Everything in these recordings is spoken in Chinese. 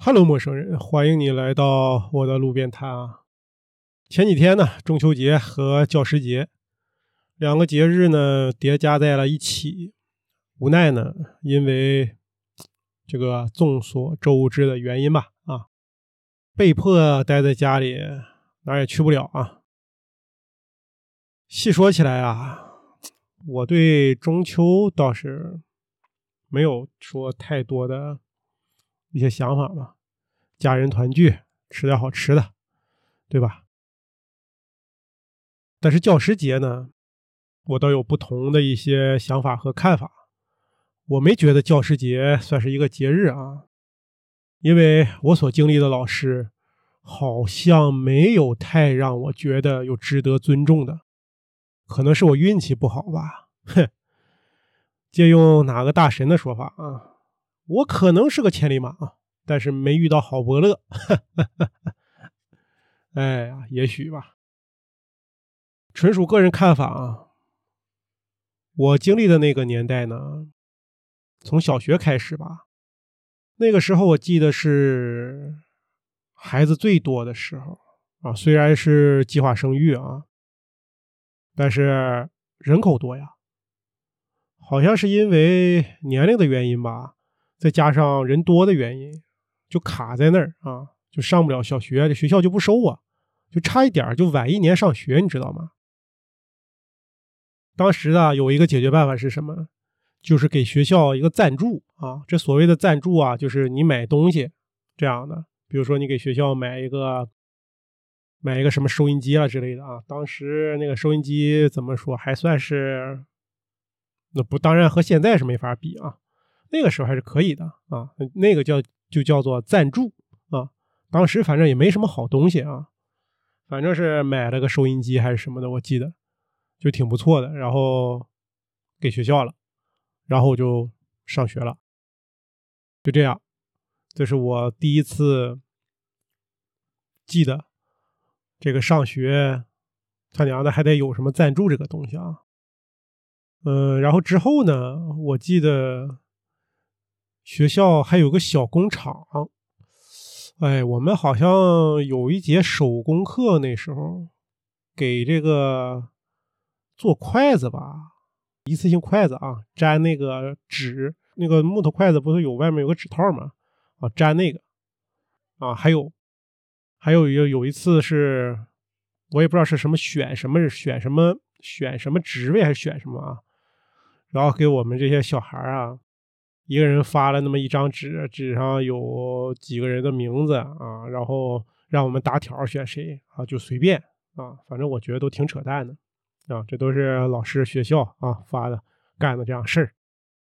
Hello， 陌生人，欢迎你来到我的路边摊啊！前几天呢，中秋节和教师节两个节日呢叠加在了一起，无奈呢，因为这个众所周知的原因吧，被迫待在家里，哪儿也去不了啊。细说起来啊，我对中秋倒是没有说太多的一些想法吧，家人团聚，吃点好吃的，对吧？但是教师节呢，我倒有不同的一些想法和看法。我没觉得教师节算是一个节日啊，因为我所经历的老师好像没有太让我觉得有值得尊重的，可能是我运气不好吧。哼，借用哪个大神的说法啊，我可能是个千里马啊，但是没遇到好伯乐。哎呀，也许吧，纯属个人看法啊。我经历的那个年代呢，从小学开始吧，那个时候我记得是孩子最多的时候啊，虽然是计划生育啊，但是人口多呀，好像是因为年龄的原因吧，再加上人多的原因，就卡在那儿啊，就上不了小学，这学校就不收啊，就差一点就晚一年上学，你知道吗？当时啊，有一个解决办法是什么？就是给学校一个赞助啊。这所谓的赞助啊，就是你买东西这样的，比如说你给学校买一个什么收音机啊之类的啊。当时那个收音机怎么说，还算是那不，当然和现在是没法比啊。那个时候还是可以的啊，那个就叫做赞助啊。当时反正也没什么好东西啊，反正是买了个收音机还是什么的，我记得就挺不错的，然后给学校了，然后就上学了，就这样。这是我第一次记得这个上学他娘的还得有什么赞助这个东西啊。然后之后呢，我记得学校还有个小工厂，哎，我们好像有一节手工课，那时候给这个做筷子吧，一次性筷子啊，粘那个纸，那个木头筷子不是有外面有个纸套吗？啊，粘那个啊，还有一次是，我也不知道是什么选什么职位还是选什么啊，然后给我们这些小孩啊，一个人发了那么一张纸，纸上有几个人的名字啊，然后让我们打条选谁啊，就随便啊，反正我觉得都挺扯淡的啊，这都是老师学校啊发的干的这样事儿。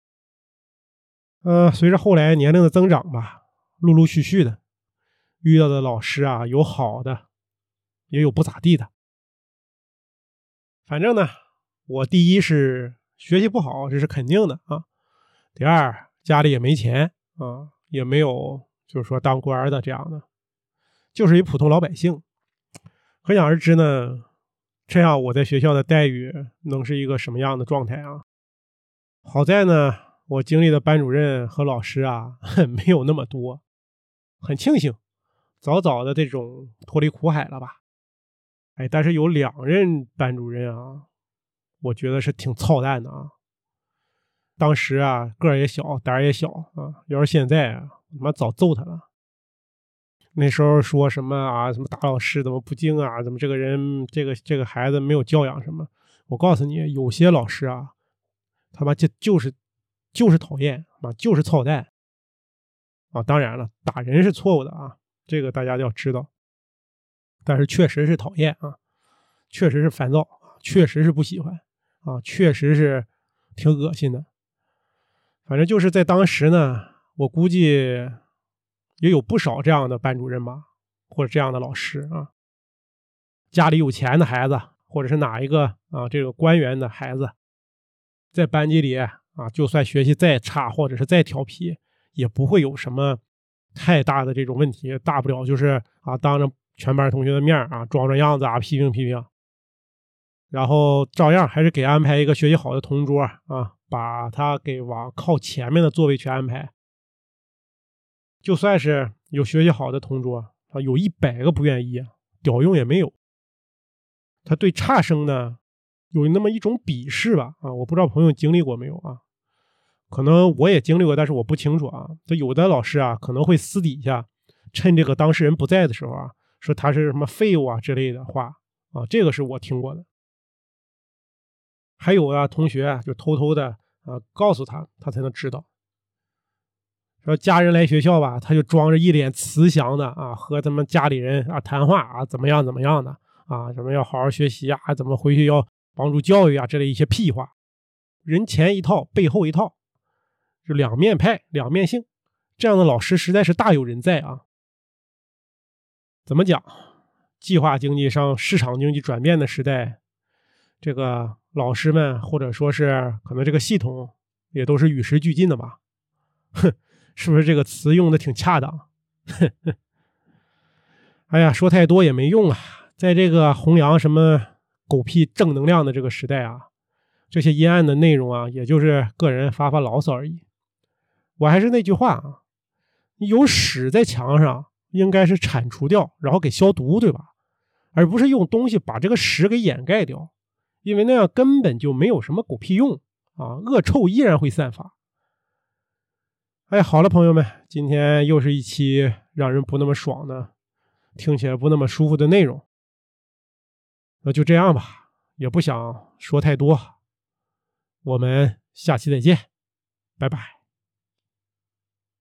随着后来年龄的增长吧，陆陆续续的遇到的老师啊，有好的，也有不咋地的。反正呢，我第一是学习不好，这是肯定的啊。第二，家里也没钱啊，也没有就是说当官的这样的，就是一普通老百姓。可想而知呢，这样我在学校的待遇能是一个什么样的状态啊？好在呢，我经历的班主任和老师啊，没有那么多，很庆幸，早早的这种脱离苦海了吧。哎，但是有2任班主任啊，我觉得是挺操蛋的啊。当时啊，个儿也小，胆儿也小啊，要是现在啊，他妈早揍他了。那时候说什么啊，什么大老师怎么不敬啊，怎么这个人这个孩子没有教养什么？我告诉你，有些老师啊，他妈就是讨厌啊，就是操蛋啊。当然了，打人是错误的啊，这个大家要知道。但是确实是讨厌啊，确实是烦躁，确实是不喜欢啊，确实是挺恶心的。反正就是在当时呢，我估计也有不少这样的班主任吧，或者这样的老师啊，家里有钱的孩子，或者是哪一个啊这个官员的孩子，在班级里啊，就算学习再差或者是再调皮，也不会有什么太大的这种问题，大不了就是啊当着全班同学的面啊装装样子啊批评批评，然后照样还是给安排一个学习好的同桌啊，把他给往靠前面的座位去安排。就算是有学习好的同桌啊，有100个不愿意啊，屌用也没有。他对差生呢有那么一种鄙视吧啊，我不知道朋友经历过没有啊？可能我也经历过，但是我不清楚啊。这有的老师啊可能会私底下趁这个当事人不在的时候啊，说他是什么废物啊之类的话啊，这个是我听过的。还有啊，同学啊就偷偷的告诉他，他才能知道。说家人来学校吧，他就装着一脸慈祥的啊，和咱们家里人啊谈话啊，怎么样怎么样的啊，什么要好好学习啊，怎么回去要帮助教育啊，这类一些屁话，人前一套背后一套，就两面派两面性，这样的老师实在是大有人在啊。怎么讲？计划经济上市场经济转变的时代，这个老师们或者说是可能这个系统也都是与时俱进的吧？哼，是不是这个词用的挺恰当？哎呀，说太多也没用啊！在这个弘扬什么狗屁正能量的这个时代啊，这些阴暗的内容啊，也就是个人发发牢骚而已。我还是那句话啊，有屎在墙上，应该是铲除掉，然后给消毒，对吧？而不是用东西把这个屎给掩盖掉，因为那样根本就没有什么狗屁用啊，恶臭依然会散发。哎，好了，朋友们，今天又是一期让人不那么爽的，听起来不那么舒服的内容。那就这样吧，也不想说太多，我们下期再见，拜拜。